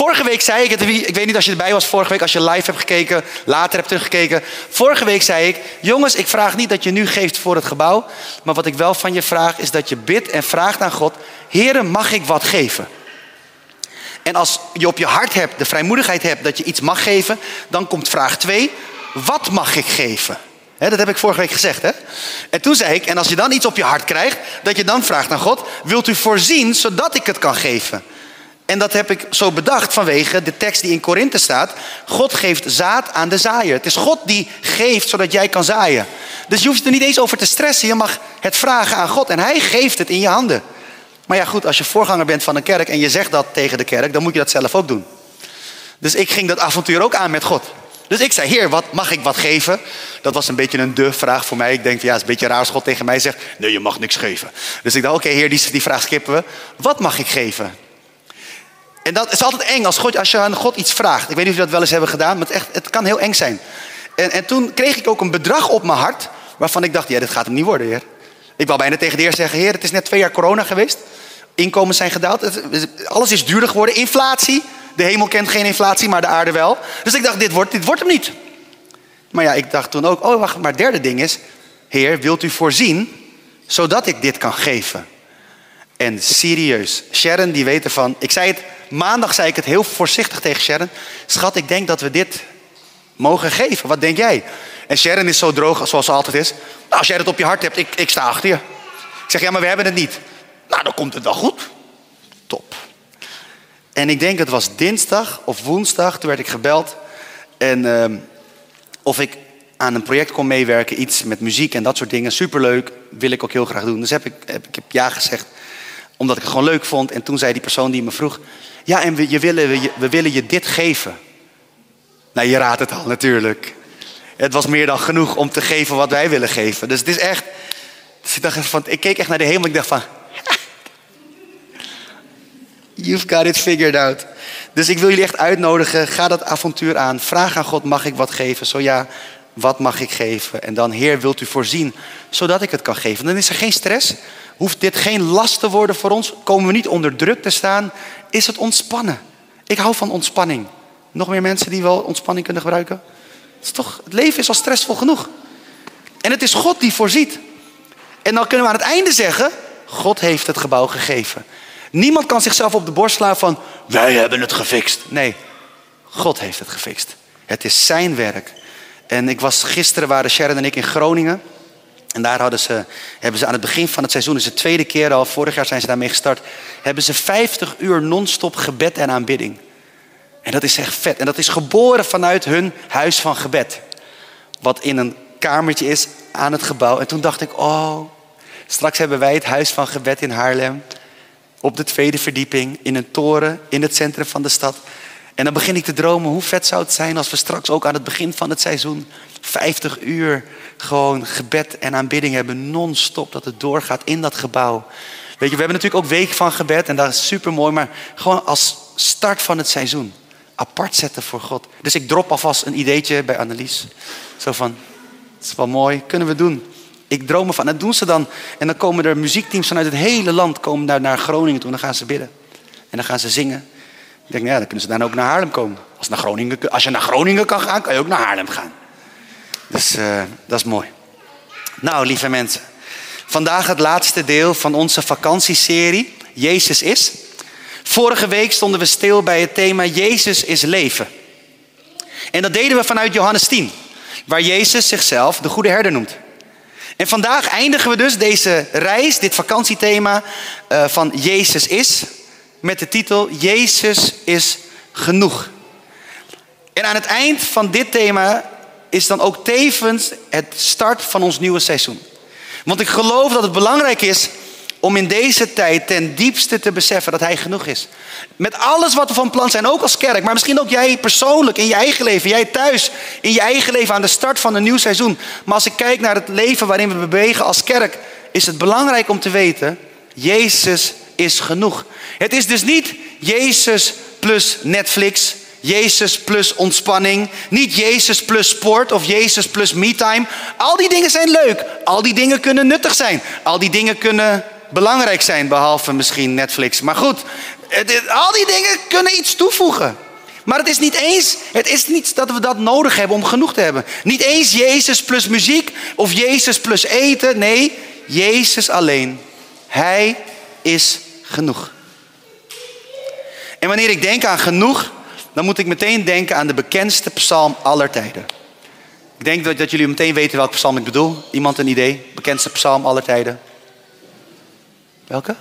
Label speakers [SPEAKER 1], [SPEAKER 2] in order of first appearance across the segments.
[SPEAKER 1] Vorige week zei ik weet niet als je erbij was vorige week, als je live hebt gekeken, later hebt teruggekeken. Vorige week zei ik, jongens, ik vraag niet dat je nu geeft voor het gebouw. Maar wat ik wel van je vraag is dat je bidt en vraagt aan God, Heere, mag ik wat geven? En als je op je hart hebt, de vrijmoedigheid hebt dat je iets mag geven, dan komt vraag 2, wat mag ik geven? Dat heb ik vorige week gezegd. Hè? En toen zei ik, en als je dan iets op je hart krijgt, dat je dan vraagt aan God, wilt u voorzien zodat ik het kan geven? En dat heb ik zo bedacht vanwege de tekst die in Korinthe staat. God geeft zaad aan de zaaier. Het is God die geeft zodat jij kan zaaien. Dus je hoeft er niet eens over te stressen. Je mag het vragen aan God en hij geeft het in je handen. Maar ja goed, als je voorganger bent van een kerk en je zegt dat tegen de kerk, dan moet je dat zelf ook doen. Dus ik ging dat avontuur ook aan met God. Dus ik zei, Heer, mag ik wat geven? Dat was een beetje een vraag voor mij. Ik denk, ja, het is een beetje raar als God tegen mij zegt, nee, je mag niks geven. Dus ik dacht, oké, Heer, die vraag skippen we. Wat mag ik geven? En dat is altijd eng als je aan God iets vraagt. Ik weet niet of je dat wel eens hebben gedaan, maar het kan heel eng zijn. En toen kreeg ik ook een bedrag op mijn hart, waarvan ik dacht, ja, dit gaat hem niet worden, Heer. Ik wou bijna tegen de Heer zeggen, Heer, het is net 2 jaar corona geweest. Inkomens zijn gedaald. Alles is duurder geworden. Inflatie. De hemel kent geen inflatie, maar de aarde wel. Dus ik dacht, dit wordt hem niet. Maar ja, ik dacht toen ook, oh wacht, maar het derde ding is, Heer, wilt u voorzien, zodat ik dit kan geven? En serieus, Sharon die weet ervan. Maandag zei ik het heel voorzichtig tegen Sharon. Schat, ik denk dat we dit mogen geven. Wat denk jij? En Sharon is zo droog zoals ze altijd is. Nou, als jij het op je hart hebt, ik sta achter je. Ik zeg, ja, maar we hebben het niet. Nou, dan komt het wel goed. Top. En ik denk het was dinsdag of woensdag, toen werd ik gebeld. En of ik aan een project kon meewerken, iets met muziek en dat soort dingen. Superleuk, wil ik ook heel graag doen. Dus heb ik ja gezegd, omdat ik het gewoon leuk vond. En toen zei die persoon die me vroeg, ja, en we willen je dit geven. Nou, je raadt het al natuurlijk. Het was meer dan genoeg om te geven wat wij willen geven. Dus het is echt, ik keek echt naar de hemel en ik dacht van, you've got it figured out. Dus ik wil jullie echt uitnodigen. Ga dat avontuur aan. Vraag aan God, mag ik wat geven? Zo ja, wat mag ik geven? En dan, Heer, wilt u voorzien, zodat ik het kan geven? Dan is er geen stress. Hoeft dit geen last te worden voor ons? Komen we niet onder druk te staan? Is het ontspannen? Ik hou van ontspanning. Nog meer mensen die wel ontspanning kunnen gebruiken? Het leven is al stressvol genoeg. En het is God die voorziet. En dan kunnen we aan het einde zeggen, God heeft het gebouw gegeven. Niemand kan zichzelf op de borst slaan van, wij hebben het gefixt. Nee, God heeft het gefixt. Het is zijn werk. En gisteren waren Sharon en ik in Groningen. En daar hebben ze aan het begin van het seizoen, is het 2e keer al, vorig jaar zijn ze daarmee gestart, hebben ze 50 uur non-stop gebed en aanbidding. En dat is echt vet. En dat is geboren vanuit hun huis van gebed. Wat in een kamertje is aan het gebouw. En toen dacht ik, straks hebben wij het huis van gebed in Haarlem. Op de 2e verdieping, in een toren, in het centrum van de stad. En dan begin ik te dromen, hoe vet zou het zijn als we straks ook aan het begin van het seizoen 50 uur gewoon gebed en aanbidding hebben, non-stop, dat het doorgaat in dat gebouw. Weet je, we hebben natuurlijk ook week van gebed en dat is super mooi, maar gewoon als start van het seizoen. Apart zetten voor God. Dus ik drop alvast een ideetje bij Annelies. Zo van, het is wel mooi, kunnen we doen. Ik droom ervan. En dat doen ze dan. En dan komen er muziekteams vanuit het hele land komen naar Groningen toe. En dan gaan ze bidden. En dan gaan ze zingen. Ik denk, dan kunnen ze dan ook naar Haarlem komen. Als je naar Groningen kan gaan, kan je ook naar Haarlem gaan. Dus dat is mooi. Nou, lieve mensen. Vandaag het laatste deel van onze vakantieserie. Jezus is. Vorige week stonden we stil bij het thema Jezus is leven. En dat deden we vanuit Johannes 10. Waar Jezus zichzelf de goede herder noemt. En vandaag eindigen we dus deze reis, dit vakantiethema van Jezus is. Met de titel Jezus is genoeg. En aan het eind van dit thema is dan ook tevens het start van ons nieuwe seizoen. Want ik geloof dat het belangrijk is om in deze tijd ten diepste te beseffen dat hij genoeg is. Met alles wat we van plan zijn, ook als kerk. Maar misschien ook jij persoonlijk in je eigen leven. Jij thuis in je eigen leven aan de start van een nieuw seizoen. Maar als ik kijk naar het leven waarin we bewegen als kerk, is het belangrijk om te weten, Jezus is genoeg. Het is dus niet Jezus plus Netflix, Jezus plus ontspanning, niet Jezus plus sport of Jezus plus me-time. Al die dingen zijn leuk. Al die dingen kunnen nuttig zijn. Al die dingen kunnen belangrijk zijn, behalve misschien Netflix. Maar goed, Al die dingen kunnen iets toevoegen. Maar het is niet dat we dat nodig hebben om genoeg te hebben. Niet eens Jezus plus muziek of Jezus plus eten. Nee, Jezus alleen. Hij is genoeg. En wanneer ik denk aan genoeg, dan moet ik meteen denken aan de bekendste psalm aller tijden. Ik denk dat jullie meteen weten welke psalm ik bedoel. Iemand een idee? Bekendste psalm aller tijden. Welke?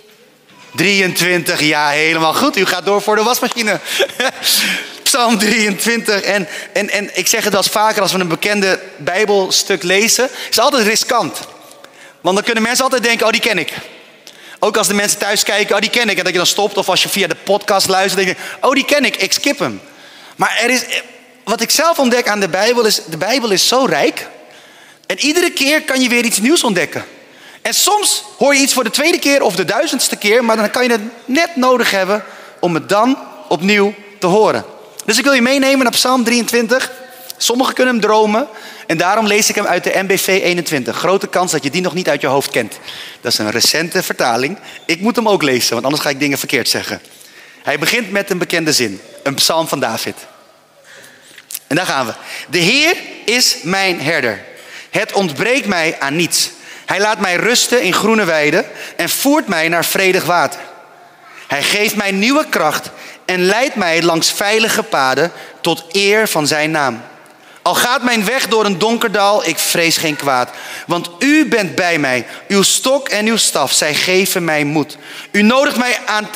[SPEAKER 1] 23, ja, helemaal goed. U gaat door voor de wasmachine. Psalm 23. En ik zeg het wel eens vaker als we een bekende Bijbelstuk lezen. Het is altijd riskant. Want dan kunnen mensen altijd denken, oh, die ken ik. Ook als de mensen thuis kijken, oh, die ken ik. En dat je dan stopt. Of als je via de podcast luistert, denk je, oh, die ken ik skip hem. Maar wat ik zelf ontdek aan de Bijbel is zo rijk. En iedere keer kan je weer iets nieuws ontdekken. En soms hoor je iets voor de tweede keer of de 1000ste keer. Maar dan kan je het net nodig hebben om het dan opnieuw te horen. Dus ik wil je meenemen naar Psalm 23. Sommigen kunnen hem dromen. En daarom lees ik hem uit de MBV 21. Grote kans dat je die nog niet uit je hoofd kent. Dat is een recente vertaling. Ik moet hem ook lezen, want anders ga ik dingen verkeerd zeggen. Hij begint met een bekende zin. Een psalm van David. En daar gaan we. De Heer is mijn herder. Het ontbreekt mij aan niets. Hij laat mij rusten in groene weiden en voert mij naar vredig water. Hij geeft mij nieuwe kracht en leidt mij langs veilige paden tot eer van zijn naam. Al gaat mijn weg door een donker dal, ik vrees geen kwaad. Want u bent bij mij, uw stok en uw staf, zij geven mij moed. U nodigt mij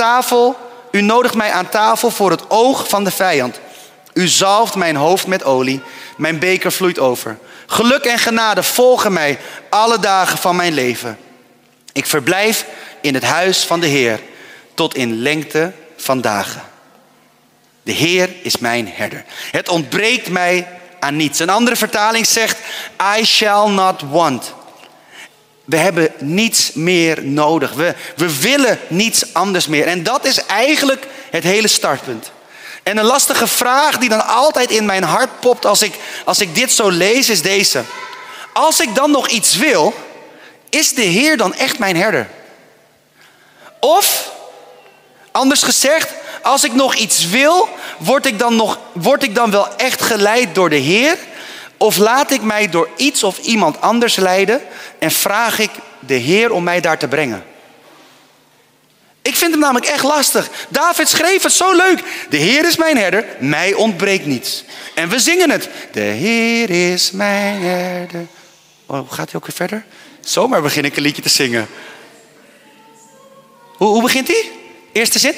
[SPEAKER 1] aan tafel voor het oog van de vijand. U zalft mijn hoofd met olie, mijn beker vloeit over. Geluk en genade volgen mij alle dagen van mijn leven. Ik verblijf in het huis van de Heer tot in lengte van dagen. De Heer is mijn herder. Het ontbreekt mij aan niets. Een andere vertaling zegt, I shall not want. We hebben niets meer nodig. We willen niets anders meer. En dat is eigenlijk het hele startpunt. En een lastige vraag die dan altijd in mijn hart popt als ik dit zo lees is deze. Als ik dan nog iets wil, is de Heer dan echt mijn herder? Of, anders gezegd, als ik nog iets wil, word ik dan wel echt geleid door de Heer? Of laat ik mij door iets of iemand anders leiden en vraag ik de Heer om mij daar te brengen? Ik vind hem namelijk echt lastig. David schreef het zo leuk. De Heer is mijn herder, mij ontbreekt niets. En we zingen het. De Heer is mijn herder. Oh, hoe gaat hij ook weer verder? Zomaar begin ik een liedje te zingen. Hoe begint hij? Eerste zin?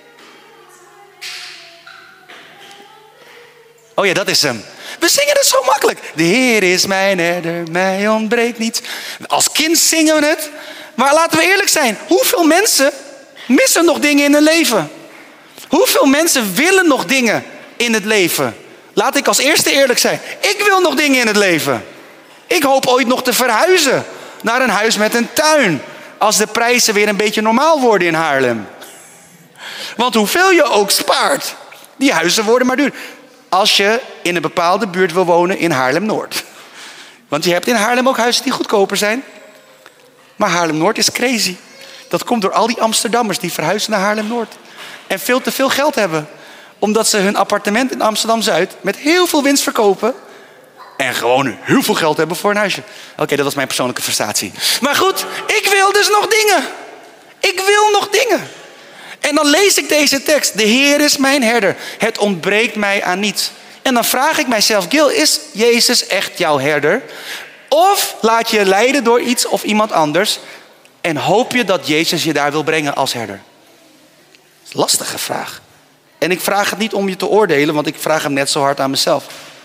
[SPEAKER 1] Oh ja, dat is hem. We zingen het zo makkelijk. De Heer is mijn herder, mij ontbreekt niets. Als kind zingen we het. Maar laten we eerlijk zijn. Hoeveel mensen missen nog dingen in hun leven? Hoeveel mensen willen nog dingen in het leven? Laat ik als eerste eerlijk zijn. Ik wil nog dingen in het leven. Ik hoop ooit nog te verhuizen naar een huis met een tuin. Als de prijzen weer een beetje normaal worden in Haarlem. Want hoeveel je ook spaart, die huizen worden maar duur. Als je in een bepaalde buurt wil wonen in Haarlem-Noord. Want je hebt in Haarlem ook huizen die goedkoper zijn. Maar Haarlem-Noord is crazy. Dat komt door al die Amsterdammers die verhuizen naar Haarlem-Noord. En veel te veel geld hebben. Omdat ze hun appartement in Amsterdam-Zuid met heel veel winst verkopen. En gewoon heel veel geld hebben voor een huisje. Oké, dat was mijn persoonlijke frustratie. Maar goed, ik wil dus nog dingen. Ik wil nog dingen. En dan lees ik deze tekst. De Heer is mijn herder. Het ontbreekt mij aan niets. En dan vraag ik mijzelf, Gil, is Jezus echt jouw herder? Of laat je je leiden door iets of iemand anders en hoop je dat Jezus je daar wil brengen als herder? Dat is een lastige vraag. En ik vraag het niet om je te oordelen, want ik vraag hem net zo hard aan mezelf.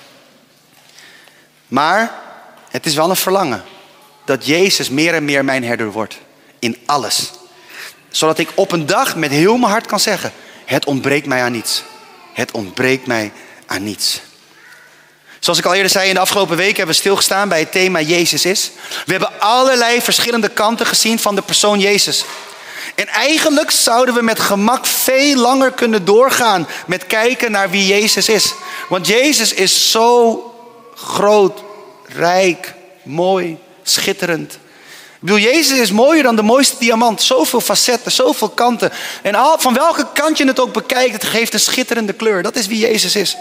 [SPEAKER 1] Maar het is wel een verlangen dat Jezus meer en meer mijn herder wordt. In alles. Zodat ik op een dag met heel mijn hart kan zeggen, het ontbreekt mij aan niets. Het ontbreekt mij aan niets. Zoals ik al eerder zei, in de afgelopen weken hebben we stilgestaan bij het thema Jezus is. We hebben allerlei verschillende kanten gezien van de persoon Jezus. En eigenlijk zouden we met gemak veel langer kunnen doorgaan met kijken naar wie Jezus is. Want Jezus is zo groot, rijk, mooi, schitterend. bedoel, Jezus is mooier dan de mooiste diamant. Zoveel facetten, zoveel kanten. En van welke kant je het ook bekijkt, het geeft een schitterende kleur. Dat is wie Jezus is.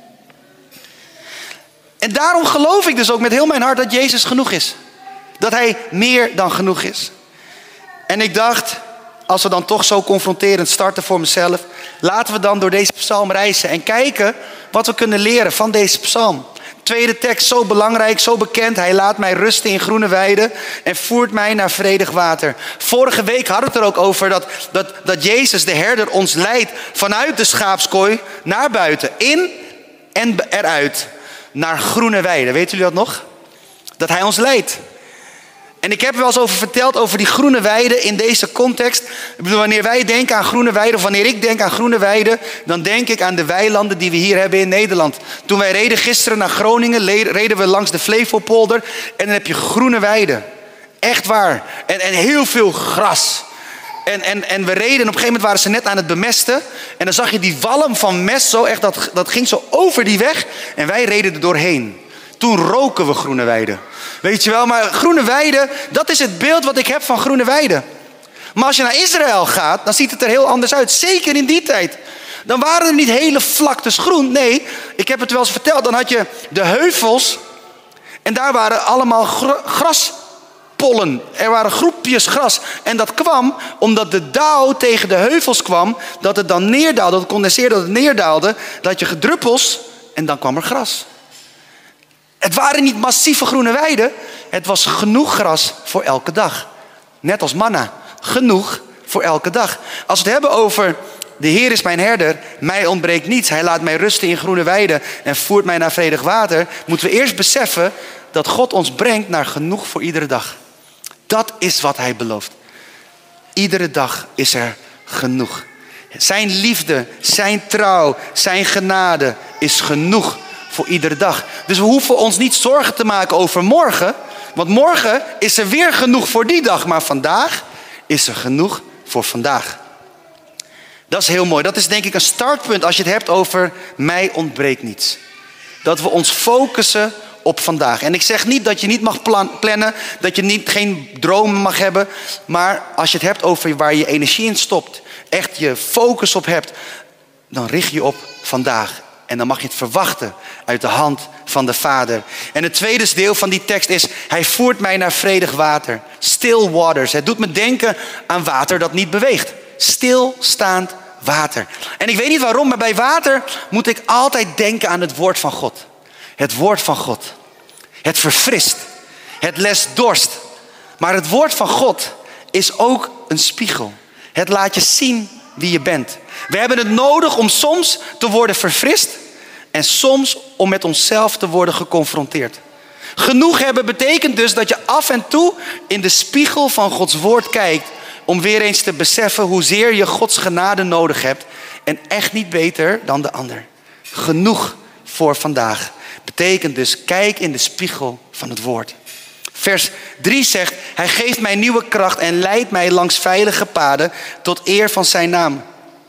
[SPEAKER 1] En daarom geloof ik dus ook met heel mijn hart dat Jezus genoeg is. Dat hij meer dan genoeg is. En ik dacht, als we dan toch zo confronterend starten voor mezelf, laten we dan door deze psalm reizen en kijken wat we kunnen leren van deze psalm. Tweede tekst, zo belangrijk, zo bekend. Hij laat mij rusten in groene weiden en voert mij naar vredig water. Vorige week hadden we het er ook over dat Jezus, de herder, ons leidt vanuit de schaapskooi naar buiten. In en eruit. Naar groene weiden. Weten jullie dat nog? Dat hij ons leidt. En ik heb er wel eens over verteld, over die groene weiden in deze context. Ik bedoel, wanneer wij denken aan groene weiden, of wanneer ik denk aan groene weiden, dan denk ik aan de weilanden die we hier hebben in Nederland. Toen wij reden gisteren naar Groningen, reden we langs de Flevopolder. En dan heb je groene weiden. Echt waar. En heel veel gras. En we reden en op een gegeven moment waren ze net aan het bemesten. En dan zag je die walm van mest zo echt, dat ging zo over die weg. En wij reden er doorheen. Toen roken we groene weiden. Weet je wel, maar groene weiden, dat is het beeld wat ik heb van groene weiden. Maar als je naar Israël gaat, dan ziet het er heel anders uit. Zeker in die tijd. Dan waren er niet hele vlaktes groen. Nee, ik heb het wel eens verteld. Dan had je de heuvels. En daar waren allemaal graspollen. Er waren groepjes gras. En dat kwam omdat de dauw tegen de heuvels kwam. Dat het dan neerdaalde, dat het condenseerde, dat het neerdaalde. Dat je gedruppels en dan kwam er gras. Het waren niet massieve groene weiden. Het was genoeg gras voor elke dag. Net als manna. Genoeg voor elke dag. Als we het hebben over de Heer is mijn herder, mij ontbreekt niets. Hij laat mij rusten in groene weiden en voert mij naar vredig water. Moeten we eerst beseffen dat God ons brengt naar genoeg voor iedere dag. Dat is wat hij belooft. Iedere dag is er genoeg. Zijn liefde, zijn trouw, zijn genade is genoeg voor iedere dag. Dus we hoeven ons niet zorgen te maken over morgen. Want morgen is er weer genoeg voor die dag. Maar vandaag is er genoeg voor vandaag. Dat is heel mooi. Dat is denk ik een startpunt als je het hebt over mij ontbreekt niets. Dat we ons focussen op vandaag. En ik zeg niet dat je niet mag plannen. Dat je geen dromen mag hebben. Maar als je het hebt over waar je energie in stopt. Echt je focus op hebt. Dan richt je op vandaag. En dan mag je het verwachten uit de hand van de Vader. En het tweede deel van die tekst is, hij voert mij naar vredig water. Still waters. Het doet me denken aan water dat niet beweegt. Stilstaand water. En ik weet niet waarom, maar bij water moet ik altijd denken aan het woord van God. Het woord van God. Het verfrist. Het lest dorst. Maar het woord van God is ook een spiegel. Het laat je zien wie je bent. We hebben het nodig om soms te worden verfrist en soms om met onszelf te worden geconfronteerd. Genoeg hebben betekent dus dat je af en toe in de spiegel van Gods woord kijkt om weer eens te beseffen hoezeer je Gods genade nodig hebt en echt niet beter dan de ander. Genoeg voor vandaag betekent dus kijk in de spiegel van het woord. Vers 3 zegt, hij geeft mij nieuwe kracht en leidt mij langs veilige paden tot eer van zijn naam.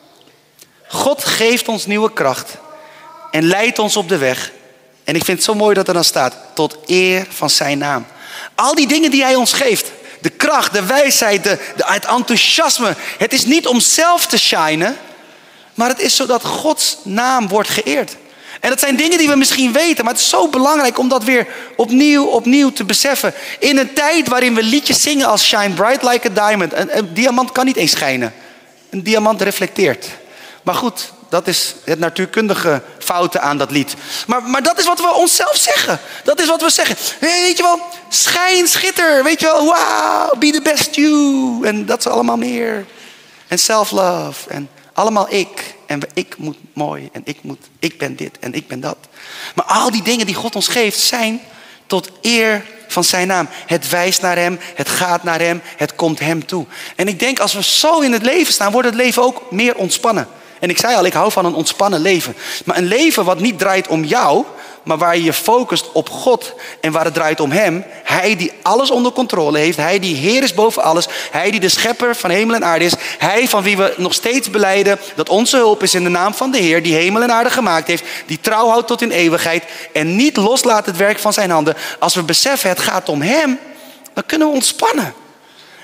[SPEAKER 1] God geeft ons nieuwe kracht en leidt ons op de weg. En ik vind het zo mooi dat er dan staat, tot eer van zijn naam. Al die dingen die hij ons geeft, de kracht, de wijsheid, het enthousiasme. Het is niet om zelf te shinen, maar het is zodat Gods naam wordt geëerd. En dat zijn dingen die we misschien weten, maar het is zo belangrijk om dat weer opnieuw te beseffen. In een tijd waarin we liedjes zingen als Shine Bright Like a Diamond. Een diamant kan niet eens schijnen. Een diamant reflecteert. Maar goed, dat is het natuurkundige fouten aan dat lied. Maar dat is wat we onszelf zeggen. Dat is wat we zeggen. Weet je wel, schijn, schitter. Weet je wel, wow, be the best you. En dat is allemaal meer. En self-love. En allemaal ik. En ik moet mooi. En ik ben dit en ik ben dat. Maar al die dingen die God ons geeft zijn tot eer van zijn naam. Het wijst naar hem, het gaat naar hem, het komt hem toe. En ik denk als we zo in het leven staan, wordt het leven ook meer ontspannen. En ik zei al, ik hou van een ontspannen leven. Maar een leven wat niet draait om jou, maar waar je je focust op God en waar het draait om hem. Hij die alles onder controle heeft. Hij die Heer is boven alles. Hij die de schepper van hemel en aarde is. Hij van wie we nog steeds belijden dat onze hulp is in de naam van de Heer. Die hemel en aarde gemaakt heeft. Die trouw houdt tot in eeuwigheid. En niet loslaat het werk van zijn handen. Als we beseffen het gaat om hem, dan kunnen we ontspannen.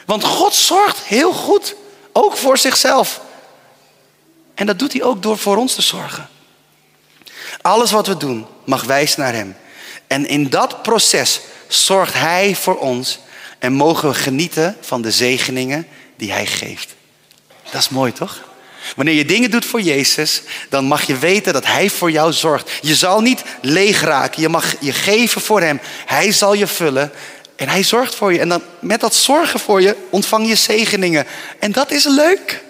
[SPEAKER 1] Want God zorgt heel goed, ook voor zichzelf. En dat doet hij ook door voor ons te zorgen. Alles wat we doen mag wijzen naar hem. En in dat proces zorgt hij voor ons en mogen we genieten van de zegeningen die hij geeft. Dat is mooi, toch? Wanneer je dingen doet voor Jezus, dan mag je weten dat hij voor jou zorgt. Je zal niet leeg raken, je mag je geven voor hem. Hij zal je vullen en hij zorgt voor je. En dan met dat zorgen voor je ontvang je zegeningen. En dat is leuk.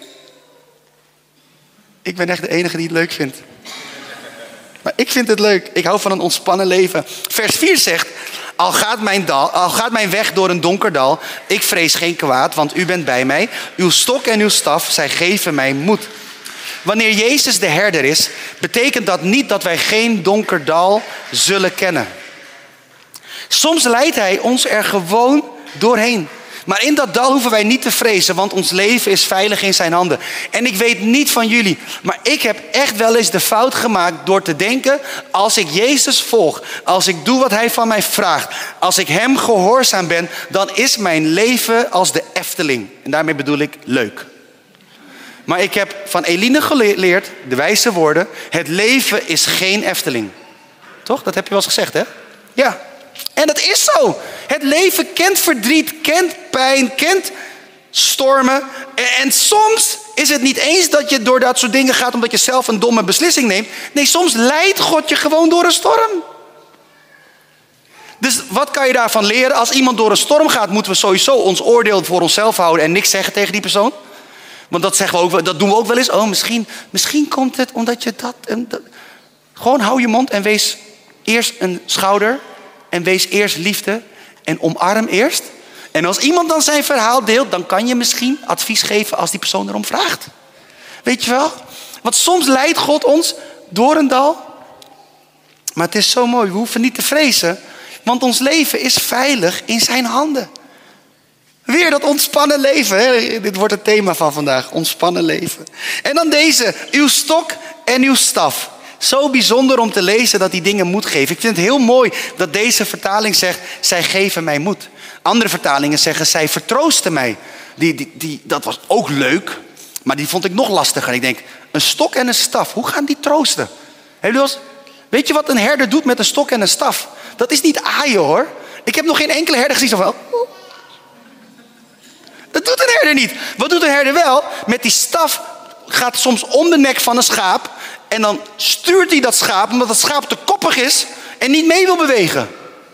[SPEAKER 1] Ik ben echt de enige die het leuk vindt. Maar ik vind het leuk. Ik hou van een ontspannen leven. Vers 4 zegt, al gaat mijn weg door een donker dal, ik vrees geen kwaad, want u bent bij mij. Uw stok en uw staf, zij geven mij moed. Wanneer Jezus de herder is, betekent dat niet dat wij geen donker dal zullen kennen. Soms leidt hij ons er gewoon doorheen. Maar in dat dal hoeven wij niet te vrezen, want ons leven is veilig in zijn handen. En ik weet niet van jullie, maar ik heb echt wel eens de fout gemaakt door te denken, als ik Jezus volg, als ik doe wat hij van mij vraagt, als ik hem gehoorzaam ben, dan is mijn leven als de Efteling. En daarmee bedoel ik leuk. Maar ik heb van Eline geleerd, de wijze woorden, het leven is geen Efteling. Toch? Dat heb je wel eens gezegd, hè? Ja. En dat is zo. Het leven kent verdriet, kent pijn, kent stormen. En soms is het niet eens dat je door dat soort dingen gaat omdat je zelf een domme beslissing neemt. Nee, soms leidt God je gewoon door een storm. Dus wat kan je daarvan leren? Als iemand door een storm gaat, moeten we sowieso ons oordeel voor onszelf houden en niks zeggen tegen die persoon. Want dat zeggen we ook, dat doen we ook wel eens. Oh, misschien komt het omdat je dat en dat. Gewoon hou je mond en wees eerst een schouder. En wees eerst liefde en omarm eerst. En als iemand dan zijn verhaal deelt, dan kan je misschien advies geven als die persoon erom vraagt. Weet je wel? Want soms leidt God ons door een dal. Maar het is zo mooi, we hoeven niet te vrezen. Want ons leven is veilig in zijn handen. Weer dat ontspannen leven. Hè? Dit wordt het thema van vandaag. Ontspannen leven. En dan deze. Uw stok en uw staf. Zo bijzonder om te lezen dat die dingen moed geven. Ik vind het heel mooi dat deze vertaling zegt, zij geven mij moed. Andere vertalingen zeggen, zij vertroosten mij. Dat was ook leuk, maar die vond ik nog lastiger. Ik denk, een stok en een staf, hoe gaan die troosten? Weet je wat een herder doet met een stok en een staf? Dat is niet aaien, hoor. Ik heb nog geen enkele herder gezien zo van, dat doet een herder niet. Wat doet een herder wel? Met die staf gaat soms om de nek van een schaap. En dan stuurt hij dat schaap, omdat het schaap te koppig is en niet mee wil bewegen.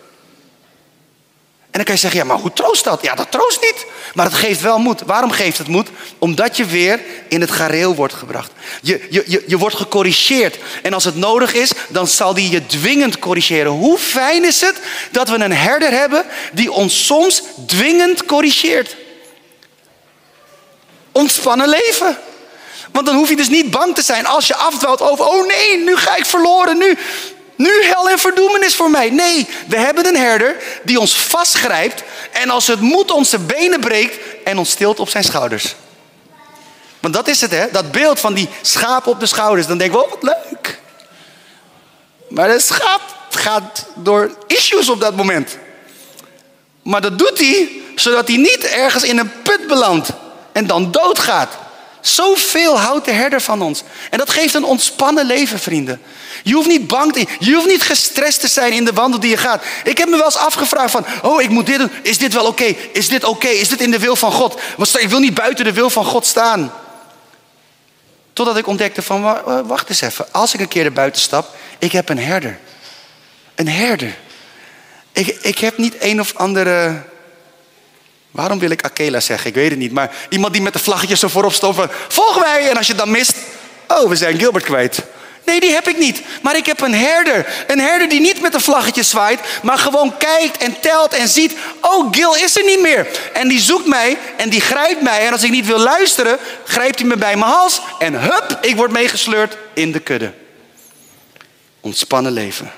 [SPEAKER 1] En dan kan je zeggen, ja, maar hoe troost dat? Ja, dat troost niet. Maar het geeft wel moed. Waarom geeft het moed? Omdat je weer in het gareel wordt gebracht. Je wordt gecorrigeerd. En als het nodig is, dan zal die je dwingend corrigeren. Hoe fijn is het dat we een herder hebben die ons soms dwingend corrigeert. Ontspannen leven. Want dan hoef je dus niet bang te zijn als je afdwaalt over, oh nee, nu ga ik verloren, nu hel en verdoemenis voor mij. Nee, we hebben een herder die ons vastgrijpt en als het moet onze benen breekt en ons tilt op zijn schouders. Want dat is het, hè? Dat beeld van die schaap op de schouders. Dan denken we, oh wat leuk. Maar de schaap gaat door issues op dat moment. Maar dat doet hij zodat hij niet ergens in een put belandt en dan doodgaat. Zoveel houdt de herder van ons. En dat geeft een ontspannen leven, vrienden. Je hoeft niet bang te zijn. Je hoeft niet gestrest te zijn in de wandel die je gaat. Ik heb me wel eens afgevraagd van, oh, ik moet dit doen. Is dit wel oké? Is dit oké? Is dit in de wil van God? Want ik wil niet buiten de wil van God staan. Totdat ik ontdekte van, wacht eens even. Als ik een keer er buiten stap, ik heb een herder. Een herder. Ik heb niet een of andere... Waarom wil ik Akela zeggen? Ik weet het niet. Maar iemand die met de vlaggetjes zo voorop stond van, volg mij. En als je het dan mist, oh, we zijn Gilbert kwijt. Nee, die heb ik niet. Maar ik heb een herder. Een herder die niet met de vlaggetjes zwaait, maar gewoon kijkt en telt en ziet, oh, Gil is er niet meer. En die zoekt mij en die grijpt mij. En als ik niet wil luisteren, grijpt hij me bij mijn hals. En hup, ik word meegesleurd in de kudde. Ontspannen leven.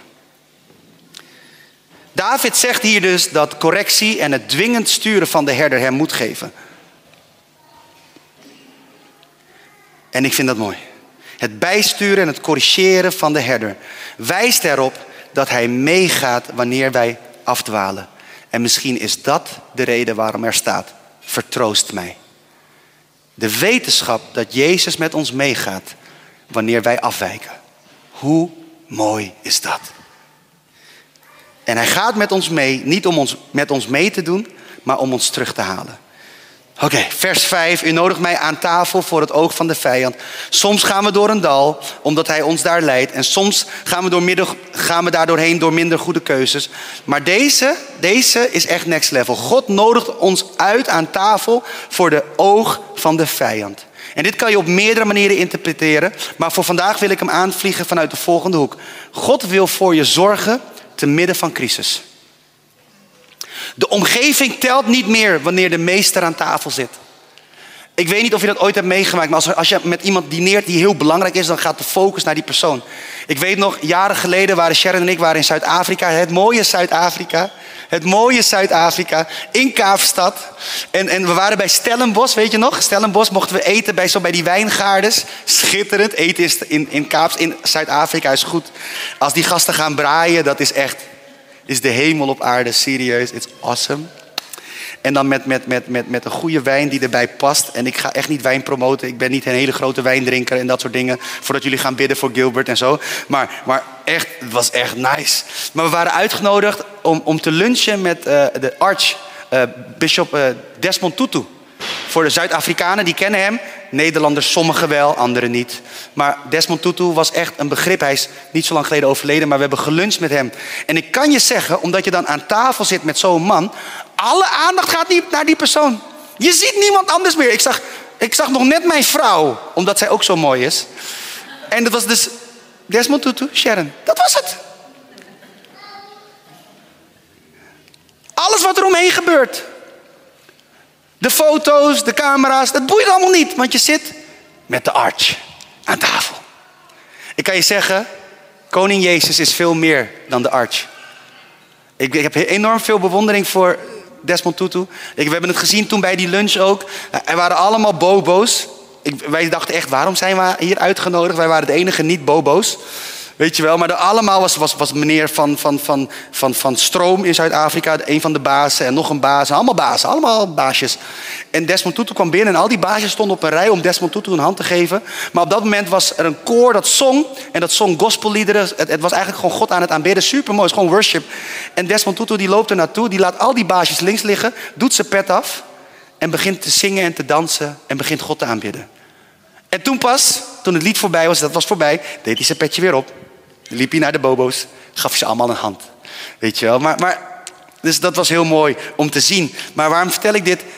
[SPEAKER 1] David zegt hier dus dat correctie en het dwingend sturen van de herder hem moed geven. En ik vind dat mooi. Het bijsturen en het corrigeren van de herder wijst erop dat hij meegaat wanneer wij afdwalen. En misschien is dat de reden waarom er staat, vertroost mij. De wetenschap dat Jezus met ons meegaat wanneer wij afwijken. Hoe mooi is dat? En hij gaat met ons mee, niet om met ons mee te doen, maar om ons terug te halen. Oké, vers 5. U nodigt mij aan tafel voor het oog van de vijand. Soms gaan we door een dal, omdat hij ons daar leidt. En soms gaan we daar doorheen door minder goede keuzes. Maar deze is echt next level. God nodigt ons uit aan tafel voor de oog van de vijand. En dit kan je op meerdere manieren interpreteren. Maar voor vandaag wil ik hem aanvliegen vanuit de volgende hoek. God wil voor je zorgen te midden van crisis. De omgeving telt niet meer wanneer de meester aan tafel zit. Ik weet niet of je dat ooit hebt meegemaakt, maar als je met iemand dineert die heel belangrijk is, dan gaat de focus naar die persoon. Ik weet nog, jaren geleden waren Sharon en ik in Zuid-Afrika, het mooie Zuid-Afrika. Het mooie Zuid-Afrika, in Kaapstad. En we waren bij Stellenbosch, weet je nog? Stellenbosch mochten we eten bij die wijngaardens. Schitterend, eten is in Zuid-Afrika is goed. Als die gasten gaan braaien, dat is echt, is de hemel op aarde, serieus, it's awesome. En dan met een goede wijn die erbij past. En ik ga echt niet wijn promoten. Ik ben niet een hele grote wijndrinker en dat soort dingen. Voordat jullie gaan bidden voor Gilbert en zo. Maar echt, het was echt nice. Maar we waren uitgenodigd om te lunchen met de archbishop Desmond Tutu. Voor de Zuid-Afrikanen, die kennen hem. Nederlanders, sommigen wel, anderen niet. Maar Desmond Tutu was echt een begrip. Hij is niet zo lang geleden overleden, maar we hebben geluncht met hem. En ik kan je zeggen, omdat je dan aan tafel zit met zo'n man, alle aandacht gaat niet naar die persoon. Je ziet niemand anders meer. Ik zag nog net mijn vrouw, omdat zij ook zo mooi is. En dat was dus Desmond Tutu, Sharon. Dat was het. Alles wat er omheen gebeurt. De foto's, de camera's, dat boeit allemaal niet. Want je zit met de arch aan tafel. Ik kan je zeggen, koning Jezus is veel meer dan de arch. Ik heb enorm veel bewondering voor Desmond Tutu. We hebben het gezien toen bij die lunch ook. Er waren allemaal bobo's. Wij dachten echt, waarom zijn we hier uitgenodigd? Wij waren de enige niet-bobo's. Weet je wel, maar allemaal was meneer van Stroom in Zuid-Afrika, een van de bazen en nog een baas. Allemaal baasjes. En Desmond Tutu kwam binnen en al die baasjes stonden op een rij om Desmond Tutu een hand te geven. Maar op dat moment was er een koor dat zong en dat zong gospelliederen. Het was eigenlijk gewoon God aan het aanbidden, supermooi, het is gewoon worship. En Desmond Tutu die loopt er naartoe, die laat al die baasjes links liggen, doet zijn pet af en begint te zingen en te dansen en begint God te aanbidden. En toen het lied voorbij was, dat was voorbij, deed hij zijn petje weer op. Liep hij naar de bobo's, gaf ze allemaal een hand. Weet je wel, dus dat was heel mooi om te zien. Maar waarom vertel ik dit?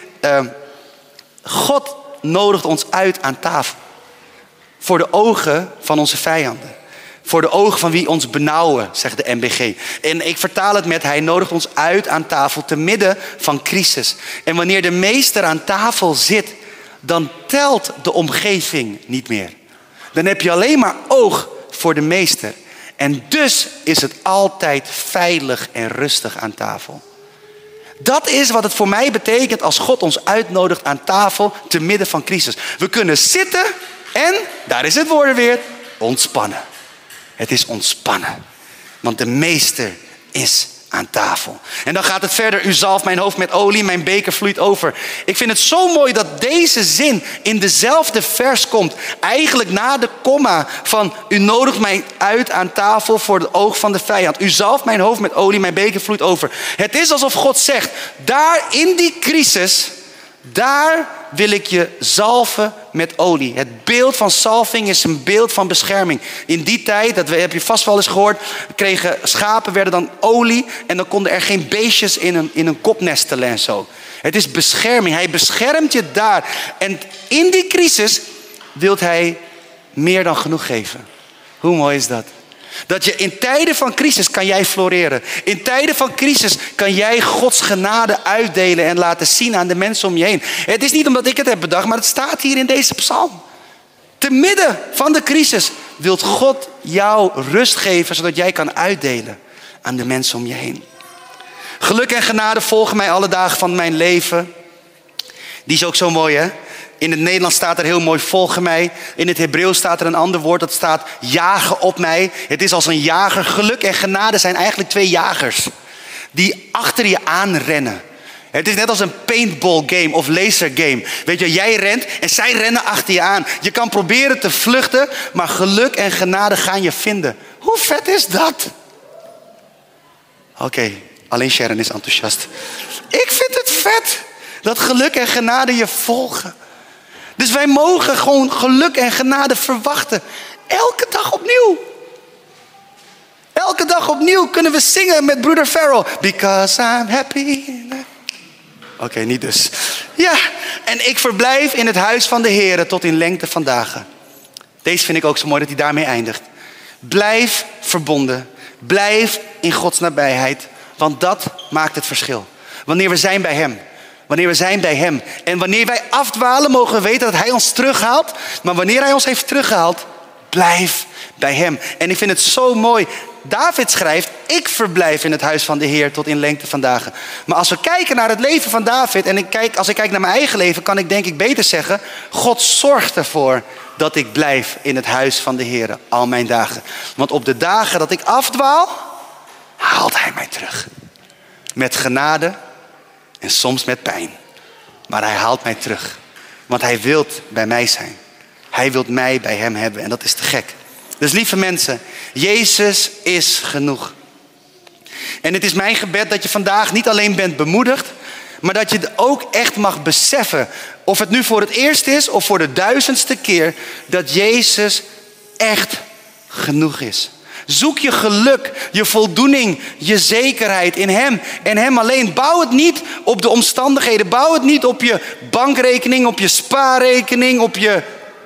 [SPEAKER 1] God nodigt ons uit aan tafel. Voor de ogen van onze vijanden. Voor de ogen van wie ons benauwen, zegt de NBG. En ik vertaal het met, hij nodigt ons uit aan tafel te midden van crisis. En wanneer de meester aan tafel zit, dan telt de omgeving niet meer. Dan heb je alleen maar oog voor de meester. En dus is het altijd veilig en rustig aan tafel. Dat is wat het voor mij betekent als God ons uitnodigt aan tafel te midden van crisis. We kunnen zitten en, daar is het woord weer, ontspannen. Het is ontspannen. Want de meester is aan tafel. En dan gaat het verder. U zalft mijn hoofd met olie, mijn beker vloeit over. Ik vind het zo mooi dat deze zin in dezelfde vers komt. Eigenlijk na de komma van u nodigt mij uit aan tafel voor het oog van de vijand. U zalft mijn hoofd met olie, mijn beker vloeit over. Het is alsof God zegt, daar in die crisis, daar wil ik je zalven met olie. Het beeld van zalving is een beeld van bescherming. In die tijd, dat heb je vast wel eens gehoord, schapen werden dan olie en dan konden er geen beestjes in een kop nestelen en zo. Het is bescherming. Hij beschermt je daar. En in die crisis wil hij meer dan genoeg geven. Hoe mooi is dat? Dat je in tijden van crisis kan jij floreren. In tijden van crisis kan jij Gods genade uitdelen en laten zien aan de mensen om je heen. Het is niet omdat ik het heb bedacht, maar het staat hier in deze psalm. Te midden van de crisis wil God jou rust geven, zodat jij kan uitdelen aan de mensen om je heen. Geluk en genade volgen mij alle dagen van mijn leven. Die is ook zo mooi, hè? In het Nederlands staat er heel mooi volgen mij. In het Hebreeuws staat er een ander woord dat staat jagen op mij. Het is als een jager. Geluk en genade zijn eigenlijk twee jagers. Die achter je aanrennen. Het is net als een paintball game of laser game. Weet je, jij rent en zij rennen achter je aan. Je kan proberen te vluchten, maar geluk en genade gaan je vinden. Hoe vet is dat? Oké, alleen Sharon is enthousiast. Ik vind het vet dat geluk en genade je volgen. Dus wij mogen gewoon geluk en genade verwachten. Elke dag opnieuw. Elke dag opnieuw kunnen we zingen met broeder Farrell. Because I'm happy. Oké, niet dus. Ja, en ik verblijf in het huis van de Heere tot in lengte van dagen. Deze vind ik ook zo mooi dat hij daarmee eindigt. Blijf verbonden. Blijf in Gods nabijheid. Want dat maakt het verschil. Wanneer we zijn bij hem. Wanneer we zijn bij hem. En wanneer wij afdwalen, mogen we weten dat hij ons terughaalt. Maar wanneer hij ons heeft teruggehaald, blijf bij hem. En ik vind het zo mooi. David schrijft, ik verblijf in het huis van de Heer tot in lengte van dagen. Maar als we kijken naar het leven van David, en als ik kijk naar mijn eigen leven, kan ik denk ik beter zeggen, God zorgt ervoor dat ik blijf in het huis van de Heer al mijn dagen. Want op de dagen dat ik afdwaal, haalt hij mij terug. Met genade en soms met pijn. Maar hij haalt mij terug. Want hij wil bij mij zijn. Hij wil mij bij hem hebben en dat is te gek. Dus lieve mensen, Jezus is genoeg. En het is mijn gebed dat je vandaag niet alleen bent bemoedigd, maar dat je het ook echt mag beseffen, of het nu voor het eerst is of voor de 1000ste keer, dat Jezus echt genoeg is. Zoek je geluk, je voldoening, je zekerheid in hem en hem alleen. Bouw het niet op de omstandigheden. Bouw het niet op je bankrekening, op je spaarrekening, op je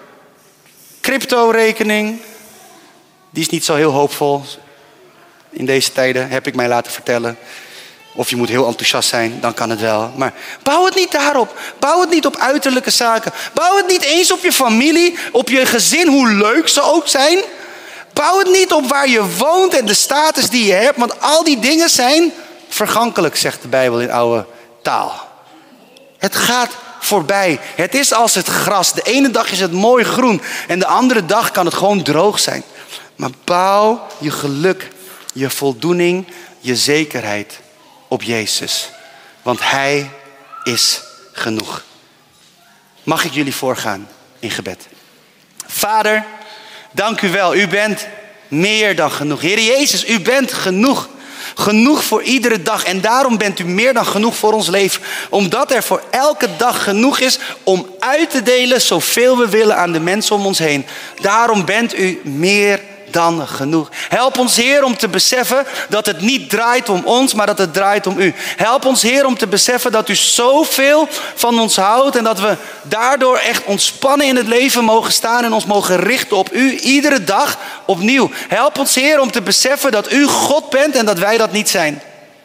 [SPEAKER 1] crypto-rekening. Die is niet zo heel hoopvol in deze tijden, heb ik mij laten vertellen. Of je moet heel enthousiast zijn, dan kan het wel. Maar bouw het niet daarop. Bouw het niet op uiterlijke zaken. Bouw het niet eens op je familie, op je gezin, hoe leuk ze ook zijn. Bouw het niet op waar je woont en de status die je hebt. Want al die dingen zijn vergankelijk, zegt de Bijbel in oude taal. Het gaat voorbij. Het is als het gras. De ene dag is het mooi groen en de andere dag kan het gewoon droog zijn. Maar bouw je geluk, je voldoening, je zekerheid op Jezus. Want hij is genoeg. Mag ik jullie voorgaan in gebed? Vader, dank u wel. U bent meer dan genoeg. Heer Jezus, u bent genoeg. Genoeg voor iedere dag. En daarom bent u meer dan genoeg voor ons leven. Omdat er voor elke dag genoeg is om uit te delen zoveel we willen aan de mensen om ons heen. Daarom bent u meer dan genoeg. Help ons, Heer, om te beseffen dat het niet draait om ons, maar dat het draait om u. Help ons, Heer, om te beseffen dat u zoveel van ons houdt en dat we daardoor echt ontspannen in het leven mogen staan en ons mogen richten op u iedere dag opnieuw. Help ons, Heer, om te beseffen dat u God bent en dat wij dat niet zijn.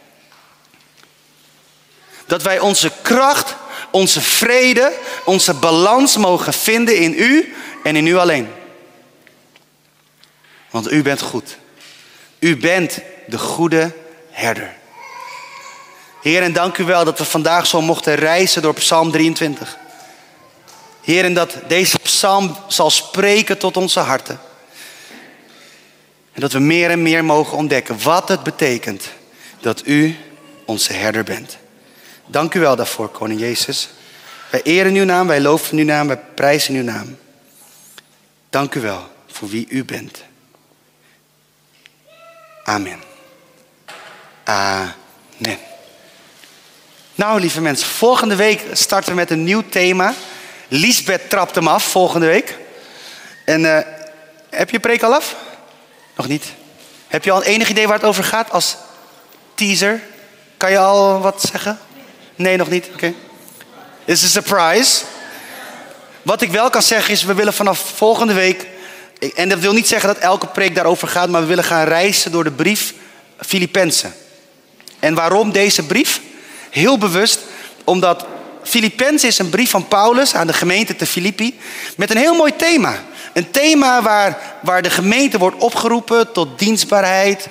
[SPEAKER 1] Dat wij onze kracht, onze vrede, onze balans mogen vinden in u en in u alleen. Want u bent goed. U bent de goede herder. Heer, en dank u wel dat we vandaag zo mochten reizen door Psalm 23. Heer, en dat deze psalm zal spreken tot onze harten. En dat we meer en meer mogen ontdekken wat het betekent dat u onze herder bent. Dank u wel daarvoor, Koning Jezus. Wij eren uw naam, wij loven uw naam, wij prijzen uw naam. Dank u wel voor wie u bent. Amen. Amen. Nou, lieve mensen, volgende week starten we met een nieuw thema. Liesbeth trapt hem af volgende week. En heb je preek al af? Nog niet. Heb je al enig idee waar het over gaat als teaser? Kan je al wat zeggen? Nee, nog niet. Oké. Dit is een surprise. Wat ik wel kan zeggen is, we willen vanaf volgende week... En dat wil niet zeggen dat elke preek daarover gaat, maar we willen gaan reizen door de brief Filippenzen. En waarom deze brief? Heel bewust, omdat Filippenzen is een brief van Paulus aan de gemeente te Filippi met een heel mooi thema. Een thema waar de gemeente wordt opgeroepen tot dienstbaarheid,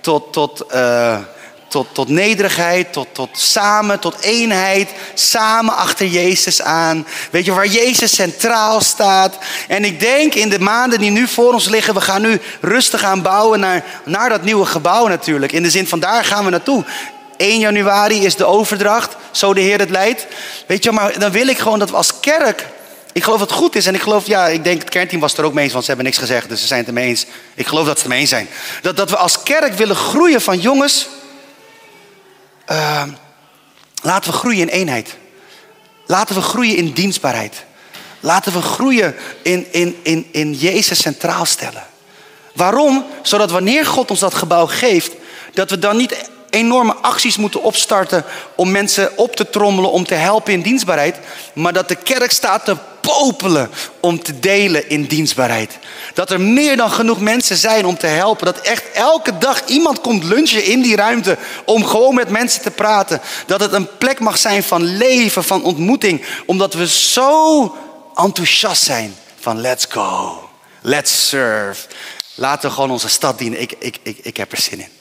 [SPEAKER 1] tot nederigheid, tot samen, tot eenheid. Samen achter Jezus aan. Weet je, waar Jezus centraal staat. En ik denk in de maanden die nu voor ons liggen, we gaan nu rustig aan bouwen naar dat nieuwe gebouw natuurlijk. In de zin van daar gaan we naartoe. 1 januari is de overdracht. Zo de Heer het leidt. Weet je, maar dan wil ik gewoon dat we als kerk... Ik geloof dat het goed is. En ik geloof, ik denk het kernteam was het er ook mee eens. Want ze hebben niks gezegd, dus ze zijn het ermee eens. Ik geloof dat ze het ermee eens zijn. Dat we als kerk willen groeien van jongens... laten we groeien in eenheid. Laten we groeien in dienstbaarheid. Laten we groeien in Jezus centraal stellen. Waarom? Zodat wanneer God ons dat gebouw geeft... dat we dan niet enorme acties moeten opstarten... om mensen op te trommelen, om te helpen in dienstbaarheid... maar dat de kerk staat te popelen om te delen in dienstbaarheid. Dat er meer dan genoeg mensen zijn om te helpen. Dat echt elke dag iemand komt lunchen in die ruimte... om gewoon met mensen te praten. Dat het een plek mag zijn van leven, van ontmoeting. Omdat we zo enthousiast zijn van let's go, let's serve... Laten we gewoon onze stad dienen. Ik heb er zin in.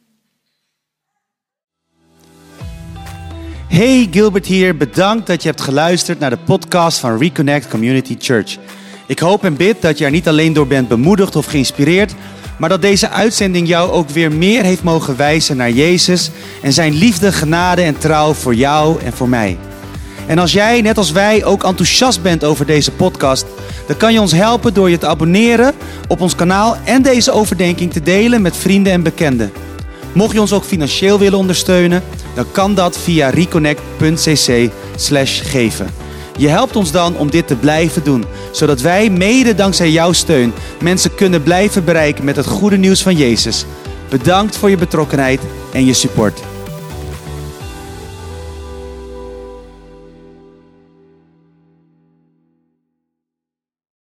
[SPEAKER 2] Hey, Gilbert hier. Bedankt dat je hebt geluisterd naar de podcast van Reconnect Community Church. Ik hoop en bid dat je er niet alleen door bent bemoedigd of geïnspireerd... maar dat deze uitzending jou ook weer meer heeft mogen wijzen naar Jezus... en zijn liefde, genade en trouw voor jou en voor mij. En als jij, net als wij, ook enthousiast bent over deze podcast... dan kan je ons helpen door je te abonneren op ons kanaal... en deze overdenking te delen met vrienden en bekenden. Mocht je ons ook financieel willen ondersteunen... dan kan dat via reconnect.cc/geven. Je helpt ons dan om dit te blijven doen... zodat wij mede dankzij jouw steun... mensen kunnen blijven bereiken met het goede nieuws van Jezus. Bedankt voor je betrokkenheid en je support.